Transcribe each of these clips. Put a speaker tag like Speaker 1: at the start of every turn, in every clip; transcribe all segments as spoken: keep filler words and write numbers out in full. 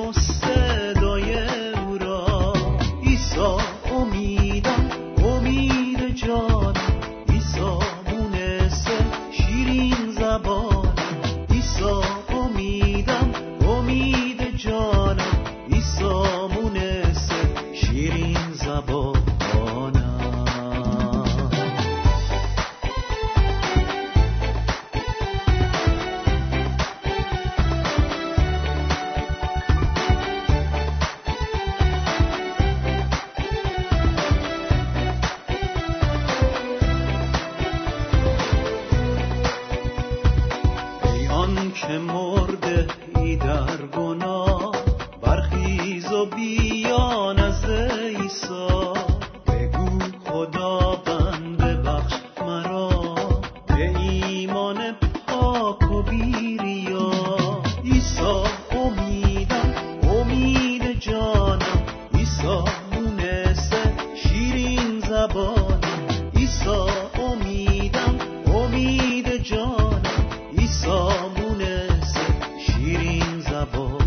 Speaker 1: و صدای او را. عیسی امیدم، امید جان، عیسی مونس شیرین زبان. عیسی امیدم، امید جانم، عیسی مونس شیرین زبان. که مرده ای در گناه، برخیز و بیا نزد عیسی. بگو خداوند ببخش مرا، به ایمان پاک و بی ریا. عیسی امیدم، امید جانم، عیسی مونس شیرین زبانم. عیسی امیدم، امید جانم، عیسی مونس شیرین زبانم.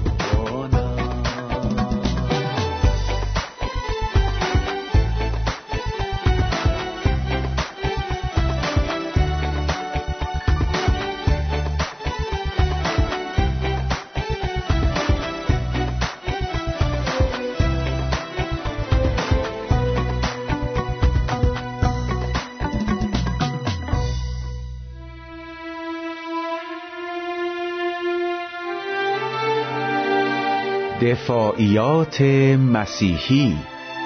Speaker 2: دفاعیات مسیحی.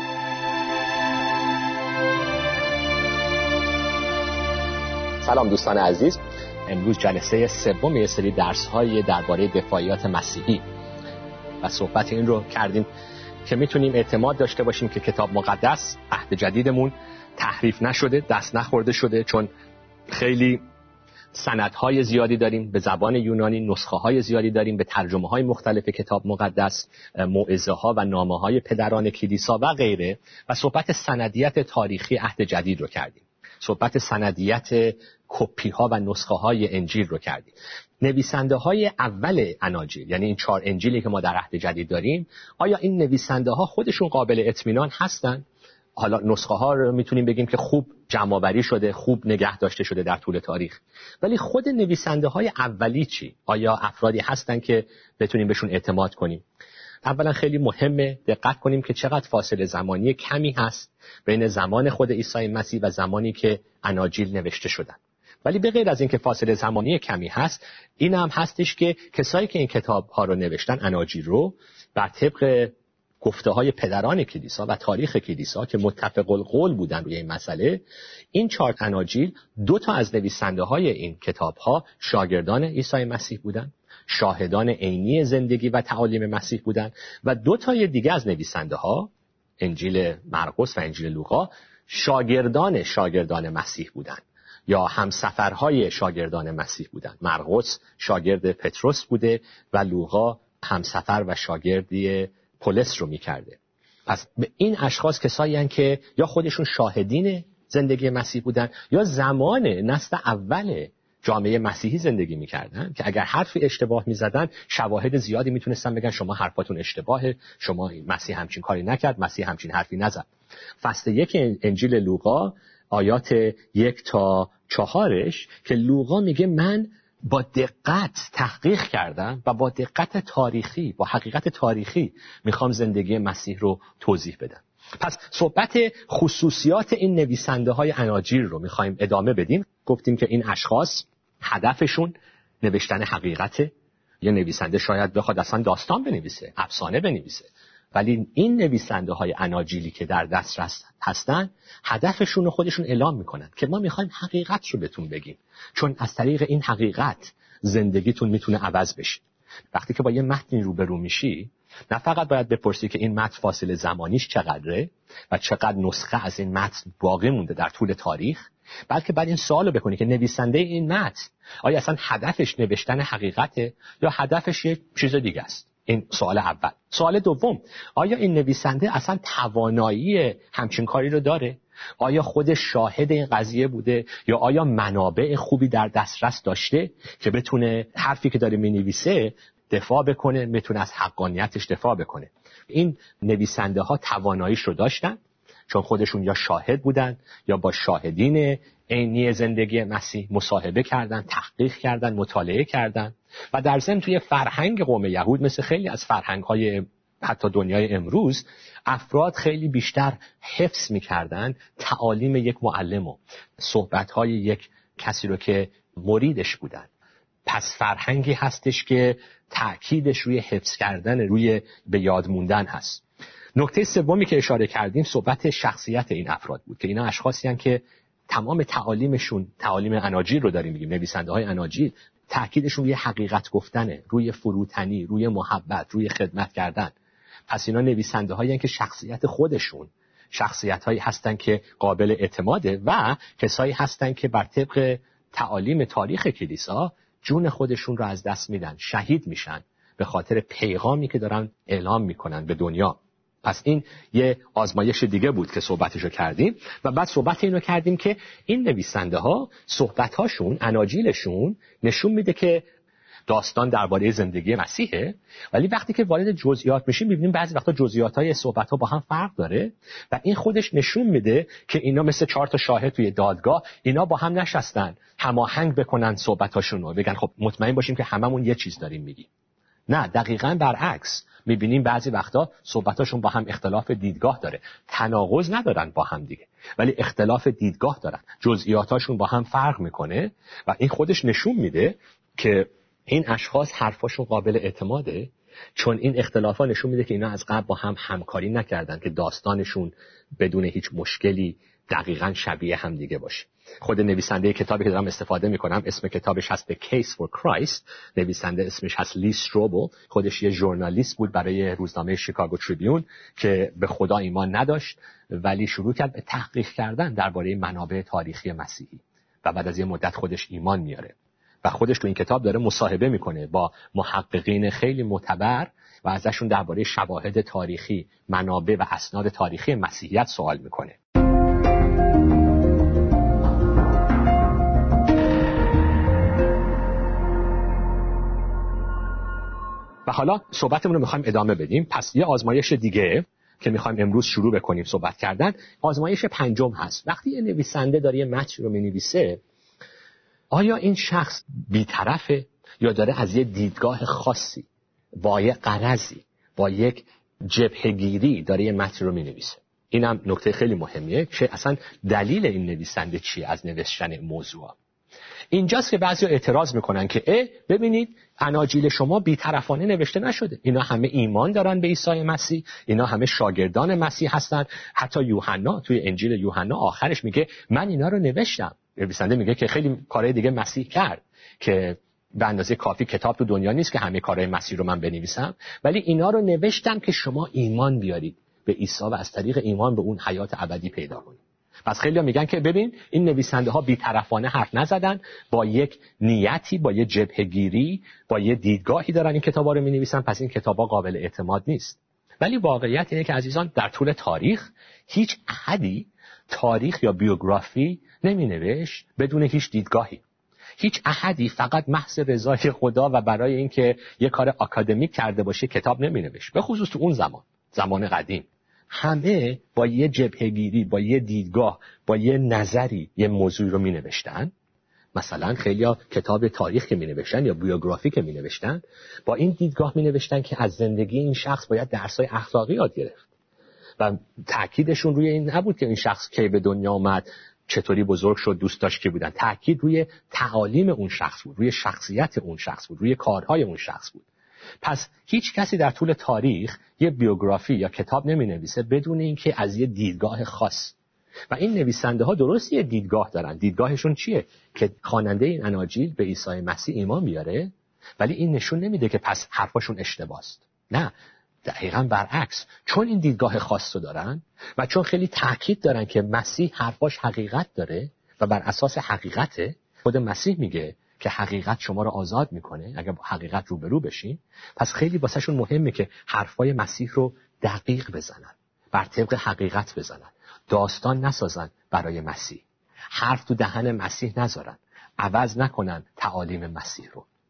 Speaker 3: سلام دوستان عزیز، امروز جلسه سوم یه سری درس‌های درباره دفاعیات مسیحی و صحبت این رو کردیم که میتونیم اعتماد داشته باشیم که کتاب مقدس عهد جدیدمون تحریف نشده، دست نخورده شده، چون خیلی سندهای زیادی داریم به زبان یونانی، نسخه‌های زیادی داریم به ترجمه‌های مختلف کتاب مقدس، موعظه‌ها و نامه‌های پدران کلیسا و غیره، و صحبت سندیت تاریخی عهد جدید رو کردیم. صحبت سندیت کپی‌ها و نسخه‌های انجیل رو کردیم. نویسنده‌های اول اناجیل، یعنی این چهار انجیلی که ما در عهد جدید داریم، آیا این نویسنده‌ها خودشون قابل اطمینان هستن؟ حالا نسخه ها رو میتونیم بگیم که خوب جمع‌آوری شده، خوب نگه داشته شده در طول تاریخ، ولی خود نویسنده های اولی چی؟ آیا افرادی هستن که بتونیم بهشون اعتماد کنیم؟ اولا خیلی مهمه دقت کنیم که چقدر فاصله زمانی کمی هست بین زمان خود عیسی مسیح و زمانی که اناجیل نوشته شدن. ولی به غیر از این که فاصله زمانی کمی هست، این هم هستش که کسایی که این کتاب ها رو نوشتن، اناجیل رو، بر طبق گفته های پدران کلیسا و تاریخ کلیسا که متفق القول بودن روی این مسئله، این چهار اناجیل دو تا از نویسنده های این کتاب ها شاگردان عیسی مسیح بودن، شاهدان عینی زندگی و تعالیم مسیح بودن، و دو تای دیگه از نویسنده ها، انجیل مرقس و انجیل لوقا، شاگردان شاگردان مسیح بودن یا همسفرهای شاگردان مسیح بودن. مرقس شاگرد پتروس بوده و لوقا همسفر و شاگردی پولس رو میکرده. پس به این اشخاص کسایی هستند که یا خودشون شاهدین زندگی مسیح بودن یا زمان نسل اول جامعه مسیحی زندگی میکردن که اگر حرفی اشتباه میزدن شواهد زیادی میتونستن بگن شما حرفاتون اشتباهه، شما مسیح همچین کاری نکرد، مسیح همچین حرفی نزد. فصل یک انجیل لوقا آیات یک تا چهارش که لوقا میگه من با دقت تحقیق کردم و با دقت تاریخی، با حقیقت تاریخی میخوام زندگی مسیح رو توضیح بدم. پس صحبت خصوصیات این نویسنده های اناجیل رو میخوایم ادامه بدیم. گفتیم که این اشخاص هدفشون نوشتن حقیقته. یه نویسنده شاید بخواد اصلا داستان بنویسه، افسانه بنویسه، ولی این نویسنده های اناجیلی که در دسترس هستن هدفشون رو خودشون اعلام میکنن که ما میخوایم حقیقت رو بهتون بگیم، چون از طریق این حقیقت زندگیتون میتونه عوض بشه. وقتی که با یه متنی روبرو میشی، نه فقط باید بپرسی که این متن فاصله زمانیش چقدره و چقدر نسخه از این متن باقی مونده در طول تاریخ، بلکه بعد این سوالو بکنی که نویسنده این متن آیا اصلا هدفش نوشتن حقیقته یا هدفش یه چیز دیگه است. این سوال اول. سوال دوم، آیا این نویسنده اصلا توانایی همچین کاری رو داره؟ آیا خودش شاهد این قضیه بوده یا آیا منابع خوبی در دسترس داشته که بتونه حرفی که داره می‌نویسه دفاع بکنه، میتونه از حقانیتش دفاع بکنه. این نویسنده ها تواناییش رو داشتن، چون خودشون یا شاهد بودن یا با شاهدین عینی زندگی مسیح مصاحبه کردن، تحقیق کردن، مطالعه کردن و در ضمن توی فرهنگ قوم یهود مثل خیلی از فرهنگ‌های حتی دنیای امروز، افراد خیلی بیشتر حفظ می‌کردن تعالیم یک معلم و صحبت‌های یک کسی رو که مریدش بودن. پس فرهنگی هستش که تأکیدش روی حفظ کردن، روی به یاد موندن هست. نکته سومی که اشاره کردیم صحبت شخصیت این افراد بود که اینا اشخاصی هستند که تمام تعالیمشون، تعالیم اناجیل رو داریم میگیم، نویسنده های اناجیل، تأکیدشون روی حقیقت گفتنه، روی فروتنی، روی محبت، روی خدمت کردن. پس اینا نویسنده هایی هستند که شخصیت خودشون شخصیت هایی هستن که قابل اعتماده و کسایی هستن که بر طبق تعالیم تاریخ کلیسا جون خودشون رو از دست میدن، شهید میشن به خاطر پیغامی که دارن اعلام میکنن به دنیا. پس این یه آزمایش دیگه بود که صحبتشو کردیم و بعد صحبت اینو کردیم که این نویسنده ها صحبتهاشون، اناجیلشون نشون میده که داستان درباره زندگی مسیحه، ولی وقتی که وارد جزئیات میشیم میبینیم بعضی وقتا جزئیات‌های صحبت‌ها با هم فرق داره و این خودش نشون میده که اینا مثل چهار تا شاهد توی دادگاه، اینا با هم نشستن هماهنگ بکنن صحبت‌هاشون رو، بگن خب مطمئن باشیم که هممون یه چیز داریم میگیم. نه، دقیقاً برعکس. میبینیم بعضی وقتا صحبتاشون با هم اختلاف دیدگاه داره، تناقض ندارن با هم دیگه، ولی اختلاف دیدگاه دارن، جزئیاتاشون با هم فرق میکنه و این خودش نشون میده که این اشخاص حرفاشون قابل اعتماده، چون این اختلافا نشون میده که اینا از قبل با هم همکاری نکردن که داستانشون بدون هیچ مشکلی دقیقاً شبیه هم دیگه باشه. خود نویسنده کتابی که دارم استفاده میکنم اسم کتابش هست The Case for Christ، نویسنده اسمش هست لی استروبل، خودش یه ژورنالیست بود برای روزنامه شیکاگو تریبیون که به خدا ایمان نداشت ولی شروع کرد به تحقیق کردن درباره منابع تاریخی مسیحی و بعد از یه مدت خودش ایمان میاره و خودش تو این کتاب داره مصاحبه میکنه با محققین خیلی معتبر و ازشون درباره شواهد تاریخی، منابع و اسناد تاریخی مسیحیت سوال میکنه. و حالا صحبتمون رو میخوایم ادامه بدیم. پس یه آزمایش دیگه که میخوایم امروز شروع بکنیم صحبت کردن، آزمایش پنجم هست. وقتی یه نویسنده داره یه متن رو مینویسه، آیا این شخص بی‌طرفه یا داره از یه دیدگاه خاصی با یه غرضی، با یک جبهه‌گیری داره یه متن رو مینویسه؟ اینم نکته خیلی مهمیه که اصلا دلیل این نویسنده چیه از نوشتن موضوع. اینجاست که بعضیا اعتراض میکنن که اه ببینید اناجیل شما بی‌طرفانه نوشته نشده، اینا همه ایمان دارن به عیسی مسیح، اینا همه شاگردان مسیح هستن. حتی یوحنا توی انجیل یوحنا آخرش میگه من اینا رو نوشتم. نویسنده میگه که خیلی کارهای دیگه مسیح کرد که به اندازه کافی کتاب تو دنیا نیست که همه کارهای مسیح رو من بنویسم، ولی اینا رو نوشتم که شما ایمان بیارید به عیسی و از طریق ایمان به اون حیات ابدی پیدا کنید. پس خیلی‌ها میگن که ببین این نویسنده ها بی‌طرفانه حرف نزدن، با یک نیتی، با یک جبهه‌گیری، با یک دیدگاهی دارن این کتابا رو می‌نویسن، پس این کتابا قابل اعتماد نیست. ولی واقعیت اینه که عزیزان در طول تاریخ هیچ احدی تاریخ یا بیوگرافی نمی‌نوشت بدون هیچ دیدگاهی. هیچ احدی فقط محض رضای خدا و برای اینکه یک کار آکادمیک کرده باشه کتاب نمی‌نوشت، به خصوص تو اون زمان، زمان قدیم. همه با یه جبهه‌گیری، با یه دیدگاه، با یه نظری یه موضوع رو می‌نوشتن. مثلا خیلی‌ها کتاب تاریخ که می‌نوشتن یا بیوگرافی که می‌نوشتن، با این دیدگاه می‌نوشتن که از زندگی این شخص باید درس‌های اخلاقی یاد گرفت و تأکیدشون روی این نبود که این شخص کی به دنیا آمد، چطوری بزرگ شد، دوست داشت کی بودن. تأکید روی تعالیم اون شخص بود، روی شخصیت اون شخص بود، روی کارهای اون شخص بود. پس هیچ کسی در طول تاریخ یه بیوگرافی یا کتاب نمی نویسه بدون اینکه از یه دیدگاه خاص. و این نویسنده ها درست یه دیدگاه دارن. دیدگاهشون چیه؟ که خواننده این اناجیل به عیسی مسیح ایمان بیاره، ولی این نشون نمیده که پس حرفاشون اشتباهست. نه، دقیقاً برعکس. چون این دیدگاه خاص رو دارن و چون خیلی تاکید دارن که مسیح حرفاش حقیقت داره و بر اساس حقیقته، خود مسیح میگه که حقیقت شما رو آزاد میکنه اگر با حقیقت روبرو بشین. پس خیلی واسهشون مهمه که حرفای مسیح رو دقیق بزنن، بر طبق حقیقت بزنن، داستان نسازن برای مسیح، حرف تو دهن مسیح نذارن، عوض نکنن تعالیم مسیح رو.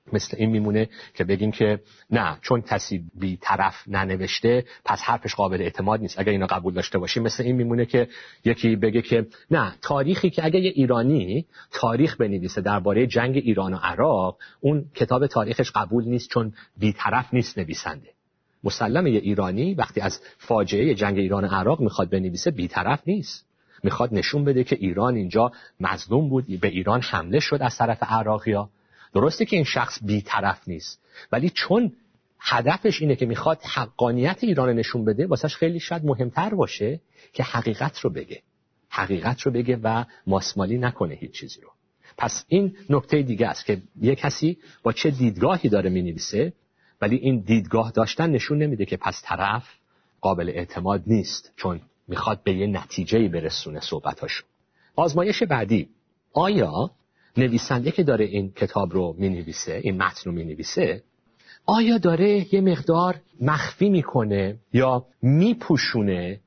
Speaker 3: مثل این میمونه که بگیم که نه، چون کسی بی طرف ننوشته پس حرفش قابل اعتماد نیست. اگر اینا قبول داشته باشیم مثل این میمونه که یکی بگه که نه، تاریخی که اگر یه ایرانی تاریخ بنویسه درباره جنگ ایران و عراق، اون کتاب تاریخش قبول نیست چون بی طرف نیست نویسنده. مسلمه یه ایرانی وقتی از فاجعه جنگ ایران و عراق میخواد بنویسه بی طرف نیست، میخواد نشون بده که ایران اینجا مظلوم بود، به ایران حمله شد از طرف عراقی‌ها. درسته که این شخص بی‌طرف نیست، ولی چون هدفش اینه که میخواد حقانیت ایران نشون بده، واسش خیلی شاید مهمتر باشه که حقیقت رو بگه، حقیقت رو بگه و ماسمالی نکنه هیچ چیزی رو. پس این نکته دیگه است که یک کسی با چه دیدگاهی داره مینویسه، ولی این دیدگاه داشتن نشون نمیده که پس طرف قابل اعتماد نیست، چون میخواد به یه نتیجه‌ای برسونه صحبتاشو. آزمایش بعدی، آیا نویسنده که داره این کتاب رو مینویسه، این متن رو مینویسه، آیا داره یه مقدار مخفی میکنه یا میپوشونه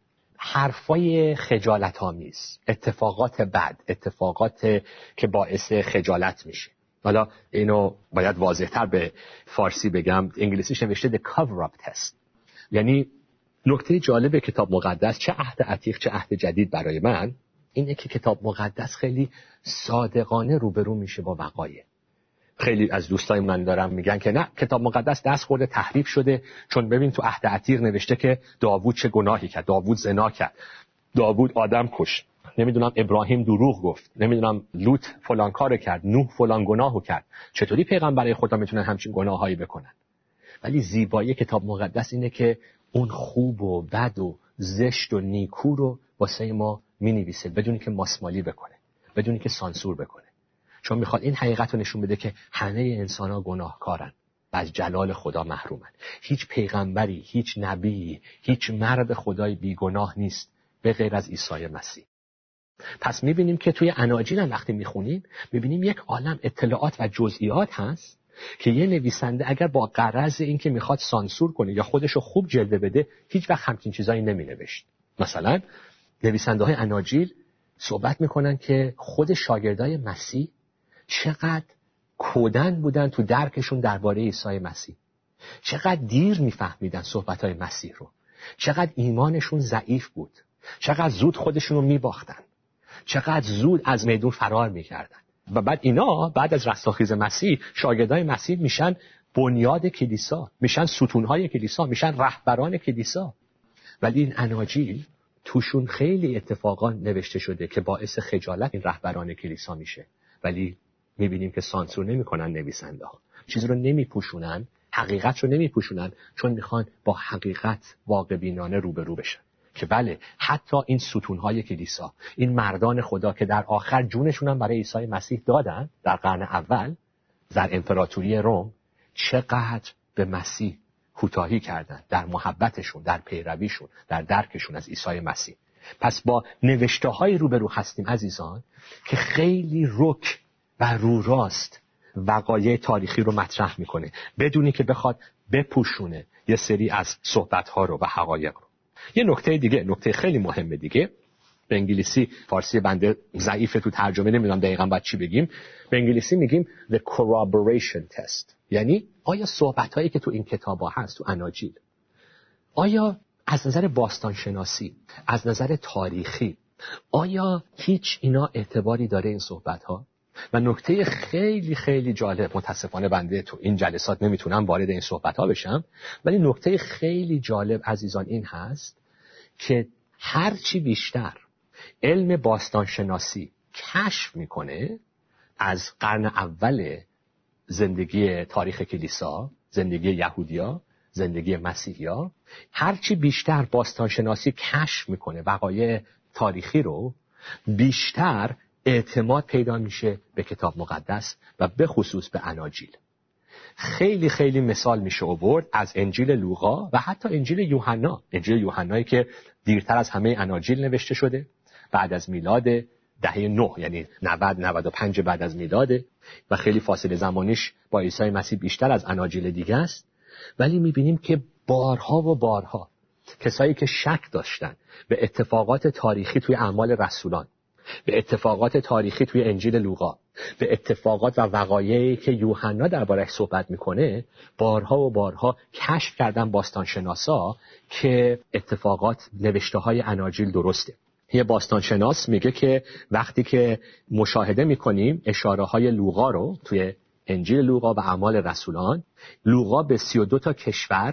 Speaker 3: حرفای خجالت‌آمیز، اتفاقات بد، اتفاقات که باعث خجالت میشه؟ حالا اینو باید واضح‌تر به فارسی بگم، انگلیسیش نوشته The Cover-up Test. یعنی نکته جالب کتاب مقدس، چه عهد عتیق چه عهد جدید، برای من اینه که کتاب مقدس خیلی صادقانه روبرو میشه با وقایع. خیلی از دوستای من دارم میگن که نه، کتاب مقدس دست خورده تحریف شده، چون ببین تو عهد عتیق نوشته که داوود چه گناهی کرد، داوود زنا کرد، داوود آدم کشت، نمیدونم ابراهیم دروغ گفت، نمیدونم لوط فلان کارو کرد، نوح فلان گناهو کرد. چطوری پیغمبرای خدا میتونن همچین گناهایی بکنن؟ ولی زیبایی کتاب مقدس اینه که اون خوب و بد و زشت و نیکو رو واسه ما مینویسه، بدون که ماسمالی بکنه، بدون که سانسور بکنه، چون میخواد این حقیقت رو نشون بده که همه انسان‌ها گناهکارن و از جلال خدا محرومن. هیچ پیغمبری، هیچ نبی، هیچ مرد خدای بیگناه نیست به غیر از عیسی مسیح. پس میبینیم که توی اناجیل هم وقتی میخونیم میبینیم یک عالم اطلاعات و جزئیات هست که یه نویسنده اگر با غرض این که میخواد سانسور کنه یا خودشو خوب جلوه بده، هیچ وقت همچین چیزایی نمینوشت. مثلا نویسنده های اناجیل صحبت میکنن که خود شاگردای مسیح چقدر کودن بودن تو درکشون درباره عیسی مسیح، چقدر دیر میفهمیدن صحبتهای مسیح رو، چقدر ایمانشون ضعیف بود، چقدر زود خودشون رو میباختن، چقدر زود از میدون فرار میکردن. و بعد اینا بعد از رستاخیز مسیح شاگردای مسیح میشن بنیاد کلیسا، میشن ستونهای کلیسا، میشن رهبران کلیسا. ولی این اناجیل توشون خیلی اتفاقا نوشته شده که باعث خجالت این رهبران کلیسا میشه، ولی میبینیم که سانسور نمیکنن نویسنده ها، چیزی رو نمیپوشونن، حقیقت رو نمیپوشونن، چون میخوان با حقیقت واقع بینانه روبرو بشن که بله، حتی این ستونهای کلیسا، این مردان خدا که در آخر جونشون هم برای عیسی مسیح دادن در قرن اول در امپراتوری روم، چقدر به مسیح کوتاهی کردن در محبتشون، در پیرویشون، در درکشون از عیسی مسیح. پس با نوشته های روبرو هستیم عزیزان که خیلی رک و رو راست وقایع تاریخی رو مطرح میکنه، بدونی که بخواد بپوشونه یه سری از صحبت ها رو و حقایق رو. یه نکته دیگه، نکته خیلی مهمه دیگه، به انگلیسی، فارسی بنده ضعیفه تو ترجمه، نمیدونم دقیقاً باید چی بگیم، به انگلیسی میگیم the corroboration test. یعنی آیا صحبتایی که تو این کتابا هست، تو اناجیل، آیا از نظر باستانشناسی، از نظر تاریخی، آیا هیچ اینا اعتباری داره این صحبت‌ها؟ و نکته خیلی خیلی جالب، متاسفانه بنده تو این جلسات نمیتونم وارد این صحبت‌ها بشم، ولی نکته خیلی جالب عزیزان این هست که هرچی بیشتر علم باستانشناسی کشف میکنه از قرن اول زندگی تاریخ کلیسا، زندگی یهودیا، زندگی مسیحیا، هرچی بیشتر باستانشناسی کشف میکنه وقایع تاریخی رو، بیشتر اعتماد پیدا میشه به کتاب مقدس و به خصوص به اناجیل. خیلی خیلی مثال میشه آورد از انجیل لوقا و حتی انجیل یوحنا، انجیل یوحنایی که دیرتر از همه اناجیل نوشته شده، بعد از میلاد دهه نه، یعنی نود نود و پنج بعد از میلاده و خیلی فاصله زمانیش با عیسی مسیح بیشتر از اناجیل دیگه است. ولی میبینیم که بارها و بارها کسایی که شک داشتن به اتفاقات تاریخی توی اعمال رسولان، به اتفاقات تاریخی توی انجیل لوقا، به اتفاقات و وقایعی که یوحنا درباره‌اش صحبت میکنه بارها و بارها کشف کردن باستانشناسا که اتفاقات نوشته‌های اناجیل درسته. یه باستانشناس میگه که وقتی که مشاهده میکنیم اشاره‌های لوقا رو توی انجیل لوقا و اعمال رسولان، لوقا به سی و دو تا کشور،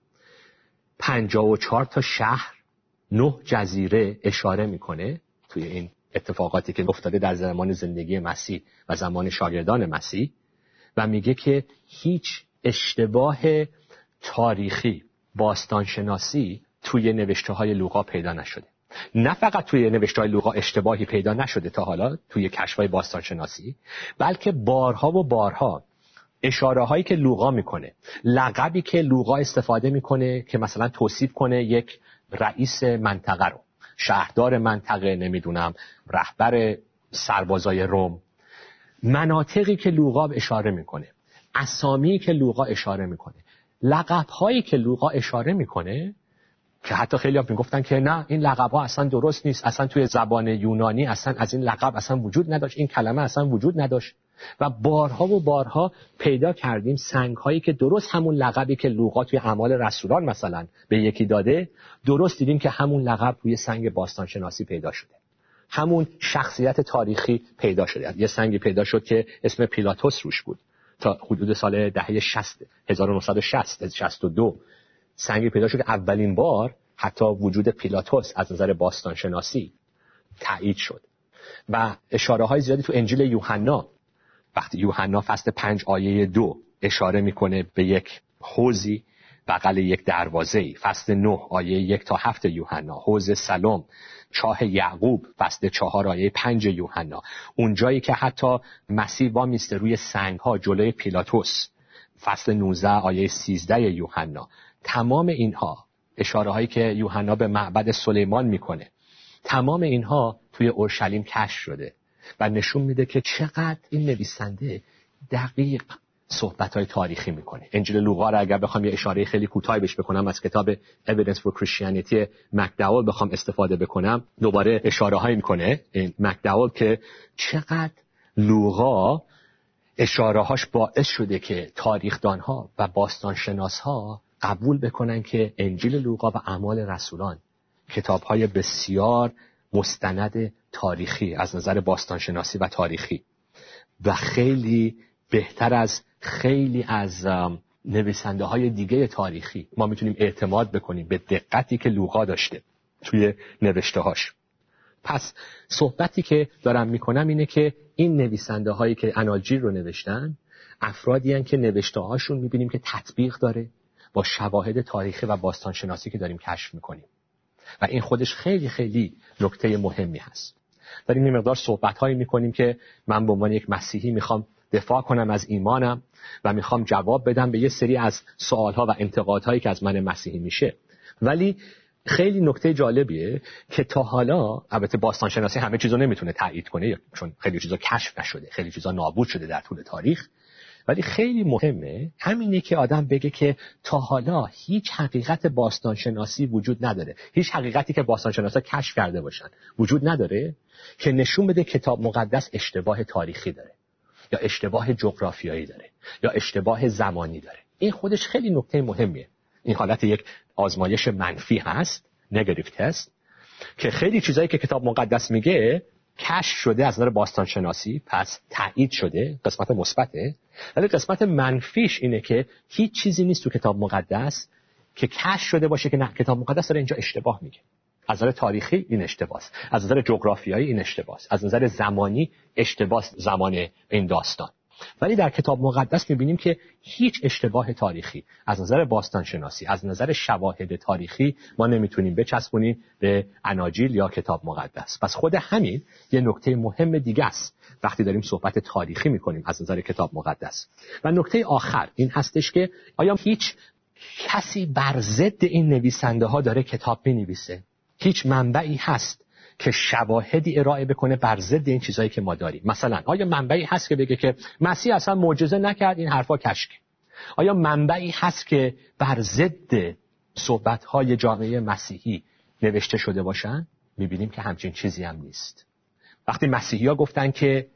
Speaker 3: پنجاه و چهار تا شهر، نه جزیره اشاره میکنه توی این اتفاقاتی که افتاده در زمان زندگی مسیح و زمان شاگردان مسیح، و میگه که هیچ اشتباه تاریخی باستانشناسی توی نوشته‌های لوقا پیدا نشده. نه فقط توی نوشته‌های لوقا اشتباهی پیدا نشده تا حالا توی کشف‌های باستانشناسی، بلکه بارها و بارها اشاره‌هایی که لوقا میکنه، لقبی که لوقا استفاده میکنه که مثلا توصیف کنه یک رئیس منطقه رو، شهردار منطقه، نمیدونم رهبر سربازای روم، مناطقی که لوقا اشاره میکنه، اسامی که لوقا اشاره میکنه، لقب‌هایی که لوقا اشاره میکنه که حتی خیلی ها میگفتن که نه این لقب‌ها اصلا درست نیست، اصلا توی زبان یونانی اصلا از این لقب اصلا وجود نداشت، این کلمه اصلا وجود نداشت. و بارها و بارها پیدا کردیم سنگ‌هایی که درست همون لقبی که لوقا توی اعمال رسولان مثلا به یکی داده، درست دیدیم که همون لقب روی سنگ باستانشناسی پیدا شده، همون شخصیت تاریخی پیدا شده. یه سنگی پیدا شد که اسم پیلاتوس روش بود، تا حدود سال دهه شصت، هزار و نهصد و شصت شصت و دو سنگی پیدا شد که اولین بار حتی وجود پیلاتوس از نظر باستانشناسی تایید شد. و اشاره های زیادی تو انجیل یوحنا، وقتی یوحنا فصل پنج آیه دو اشاره میکنه به یک حوضی بغل یک دروازه‌ای، فصل نه آیه یک تا هفت یوحنا، حوض سلام، چاه یعقوب، فصل چهار آیه پنج یوحنا، اون جایی که حتی مسیح وامیسته روی سنگ ها جلوی پیلاتوس، فصل نوزده آیه سیزده یوحنا. تمام اینها اشاره هایی که یوحنا به معبد سلیمان میکنه، تمام اینها توی اورشلیم کشف شده و نشون میده که چقدر این نویسنده دقیق صحبت‌های تاریخی میکنه. انجیل لوقا رو اگر بخوام یه اشاره خیلی کوتاهی بهش بکنم، از کتاب Evidence for Christianity مکداول بخوام استفاده بکنم، دوباره اشاره‌هایی میکنه این مکداول که چقدر لوقا اشاره‌هاش باعث شده که تاریخدان‌ها و باستانشناس‌ها قبول بکنن که انجیل لوقا و اعمال رسولان کتاب‌های بسیار مستند تاریخی از نظر باستانشناسی و تاریخی و خیلی بهتر از خیلی از نویسنده های دیگه تاریخی ما میتونیم اعتماد بکنیم به دقتی که لوقا داشته توی نوشته هاش. پس صحبتی که دارم میکنم اینه که این نویسنده هایی که اناجیل رو نوشتن افرادی هستند که نوشته هاشون میبینیم که تطبیق داره با شواهد تاریخی و باستانشناسی که داریم کشف میکنیم و این خودش خیلی خیلی نکته مهمی هست. داریم این مقدار صحبت هایی میکنیم که من به عنوان یک مسیحی میخوام دفاع کنم از ایمانم و میخوام جواب بدم به یه سری از سوالها و انتقادهایی که از من مسیحی میشه، ولی خیلی نکته جالبیه که تا حالا البته باستانشناسی همه چیزو نمیتونه تایید کنه چون خیلی چیزا کشف نشده، خیلی چیزا نابود شده در طول تاریخ، ولی خیلی مهمه همینی که آدم بگه که تا حالا هیچ حقیقت باستانشناسی وجود نداره، هیچ حقیقتی که باستانشناسا کشف کرده باشن وجود نداره که نشون بده کتاب مقدس اشتباه تاریخی داره یا اشتباه جغرافیایی داره یا اشتباه زمانی داره. این خودش خیلی نکته مهمیه. این حالت یک آزمایش منفی هست، نگاتیو تست، که خیلی چیزایی که کتاب مقدس میگه کشف شده از نظر باستانشناسی، پس تایید شده، قسمت مثبته، ولی قسمت منفیش اینه که هیچ چیزی نیست تو کتاب مقدس که کشف شده باشه که نه کتاب مقدس داره اینجا اشتباه میگه. از نظر تاریخی این اشتباهه، از نظر جغرافیایی این اشتباهه، از نظر زمانی اشتباه زمان این داستان. ولی در کتاب مقدس میبینیم که هیچ اشتباه تاریخی از نظر باستانشناسی، از نظر شواهد تاریخی ما نمیتونیم بچسبونیم به اناجیل یا کتاب مقدس. پس خود همین یه نکته مهم دیگه است وقتی داریم صحبت تاریخی میکنیم از نظر کتاب مقدس. و نکته آخر این هستش که آیا هیچ کسی بر ضد این نویسنده ها داره کتاب مینویسه؟ هیچ منبعی هست که شواهدی ارائه بکنه بر ضد این چیزایی که ما داریم؟ مثلا آیا منبعی هست که بگه که مسیح اصلا معجزه نکرد، این حرفا کشک؟ آیا منبعی هست که بر ضد صحبت‌های جامعه مسیحی نوشته شده باشن؟ می‌بینیم که همچین چیزی هم نیست. وقتی مسیحی‌ها گفتن که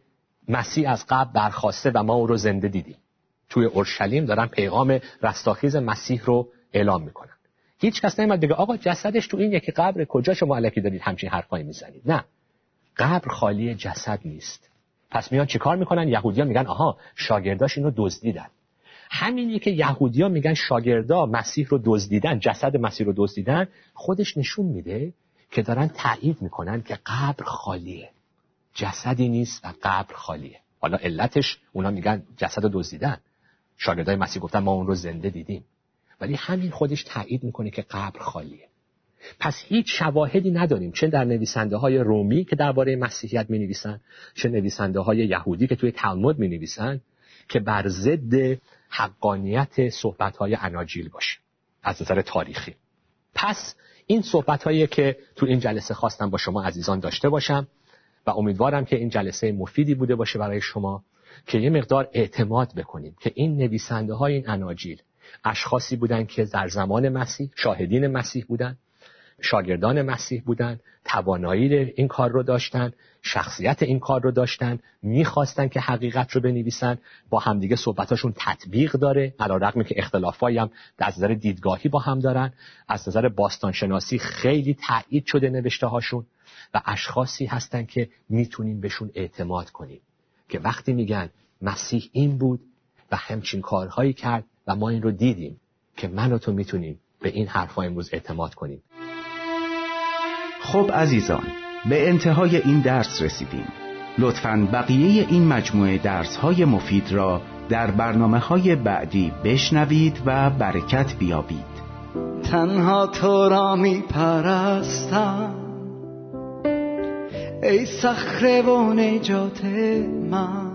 Speaker 3: مسیح از قبر برخاسته و ما او رو زنده دیدیم. توی اورشلیم دارن پیغام رستاخیز مسیح رو اعلام میکنن. هیچ کس نمیاد بگه آقا جسدش تو این یکی قبر، کجا شما الکی دارید همچین حرفایی میزنید؟ نه، قبر خالی جسد نیست. پس میان چیکار میکنن؟ یهودیان میگن آها شاگرداش اینو دزدیدن. همینی که یهودی‌ها میگن شاگردا مسیح رو دزدیدن، جسد مسیح رو دزدیدن، خودش نشون میده که دارن تایید میکنن که قبر خالیه، جسدی نیست و قبر خالیه. حالا علتش اونا میگن جسد رو دزدیدن، شاگردای مسیح گفتن ما اون رو زنده دیدیم، ولی همین خودش تایید میکنه که قبر خالیه. پس هیچ شواهدی نداریم، چه در نویسنده های رومی که درباره مسیحیت می نویسن، چه نویسنده های یهودی که توی تلمود می نویسن، که بر ضد حقانیت صحبت های اناجیل باشه از نظر تاریخی. پس این صحبت هایی که تو این جلسه خواستم با شما عزیزان داشته باشم و امیدوارم که این جلسه مفیدی بوده باشه برای شما، که یه مقدار اعتماد بکنیم که این نویسنده های این اناجیل اشخاصی بودن که در زمان مسیح شاهدین مسیح بودن، شاگردان مسیح بودن، توانایی این کار رو داشتن، شخصیت این کار رو داشتن، میخواستن که حقیقت رو بنویسن، با همدیگه صحبتاشون تطبیق داره، علیرغم که اختلافایی هم از نظر دیدگاهی با هم دارن، از نظر باستانشناسی خیلی تایید شده نوشته هاشون، و اشخاصی هستن که میتونیم بهشون اعتماد کنیم که وقتی میگن مسیح این بود و همچین کارهایی کرد و ما این رو دیدیم، که من و تو میتونیم به این حرفا امروز اعتماد کنیم.
Speaker 2: خب عزیزان، به انتهای این درس رسیدیم. لطفاً بقیه این مجموعه درس‌های مفید را در برنامه‌های بعدی بشنوید و برکت بیابید.
Speaker 4: تنها تو را می پرستم ای صخره و نجات من،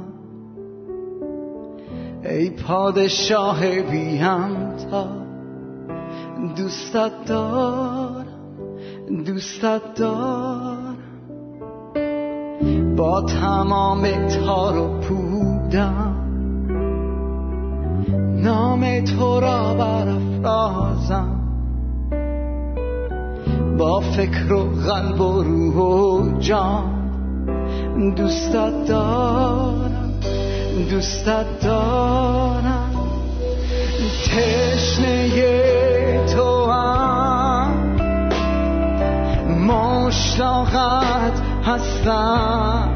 Speaker 4: ای پادشاه بی همتا. دوستت دارم، دوستت دارم، با تمام تار و پودم نام تو را برافرازم، با فکر و قلب و روح و جان. دوستت دارم، دوستت دارم، تشنه تو هم، مشتاقت هستم،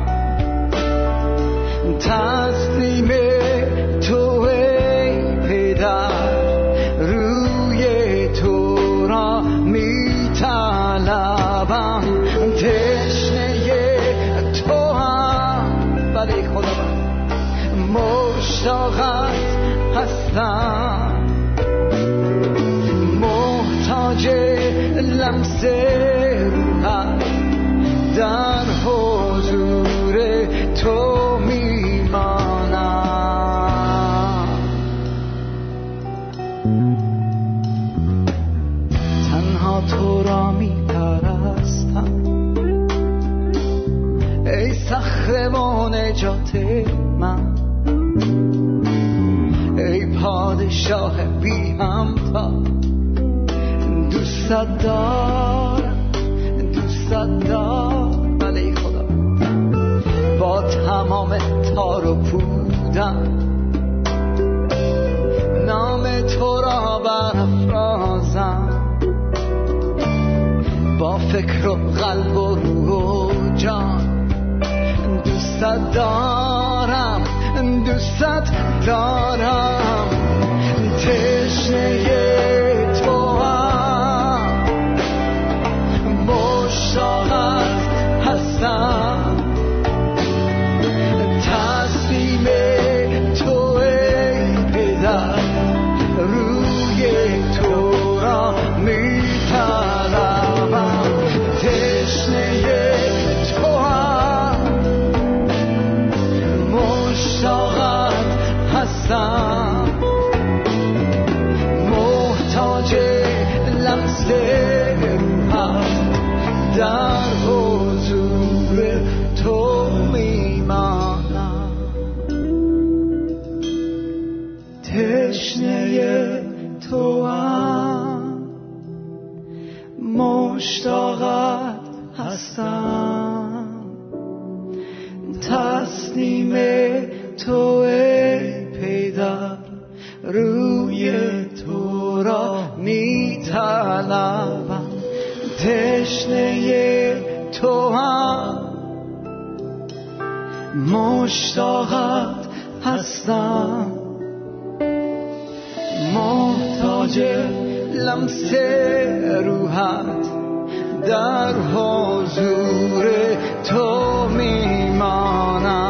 Speaker 4: تسلیم تو ای پدر، روی تو را می طلبم. تشنه تو هم، بله خدا، مشتاقت هستم، محتاج لمس روحت، در حضور تو میمانم. تنها تو را میپرستم ای صخره و نجات من، ای پادشاه بی همتا. دوستت دارم، دوستت دارم، بله خدا، با تمام تار و پودم نام تو را برافرازم، با فکر و قلب و روح و جان. دوستت دارم، دوستت دارم، تشنه تو هم، مشتاقت هستم، تسلیم تو ای پدر، روی تو را می طلبم. تشنه تو هم، مشتاقت هستم، محتاج لمس روحت، در حضور تو میمانم. تشنه تو هم، مشتاقت هستم، تسلیم تو را می طلبم، تشنه تو هم مشتاقت هستم، محتاج لمس روحت در حضور تو میمانم.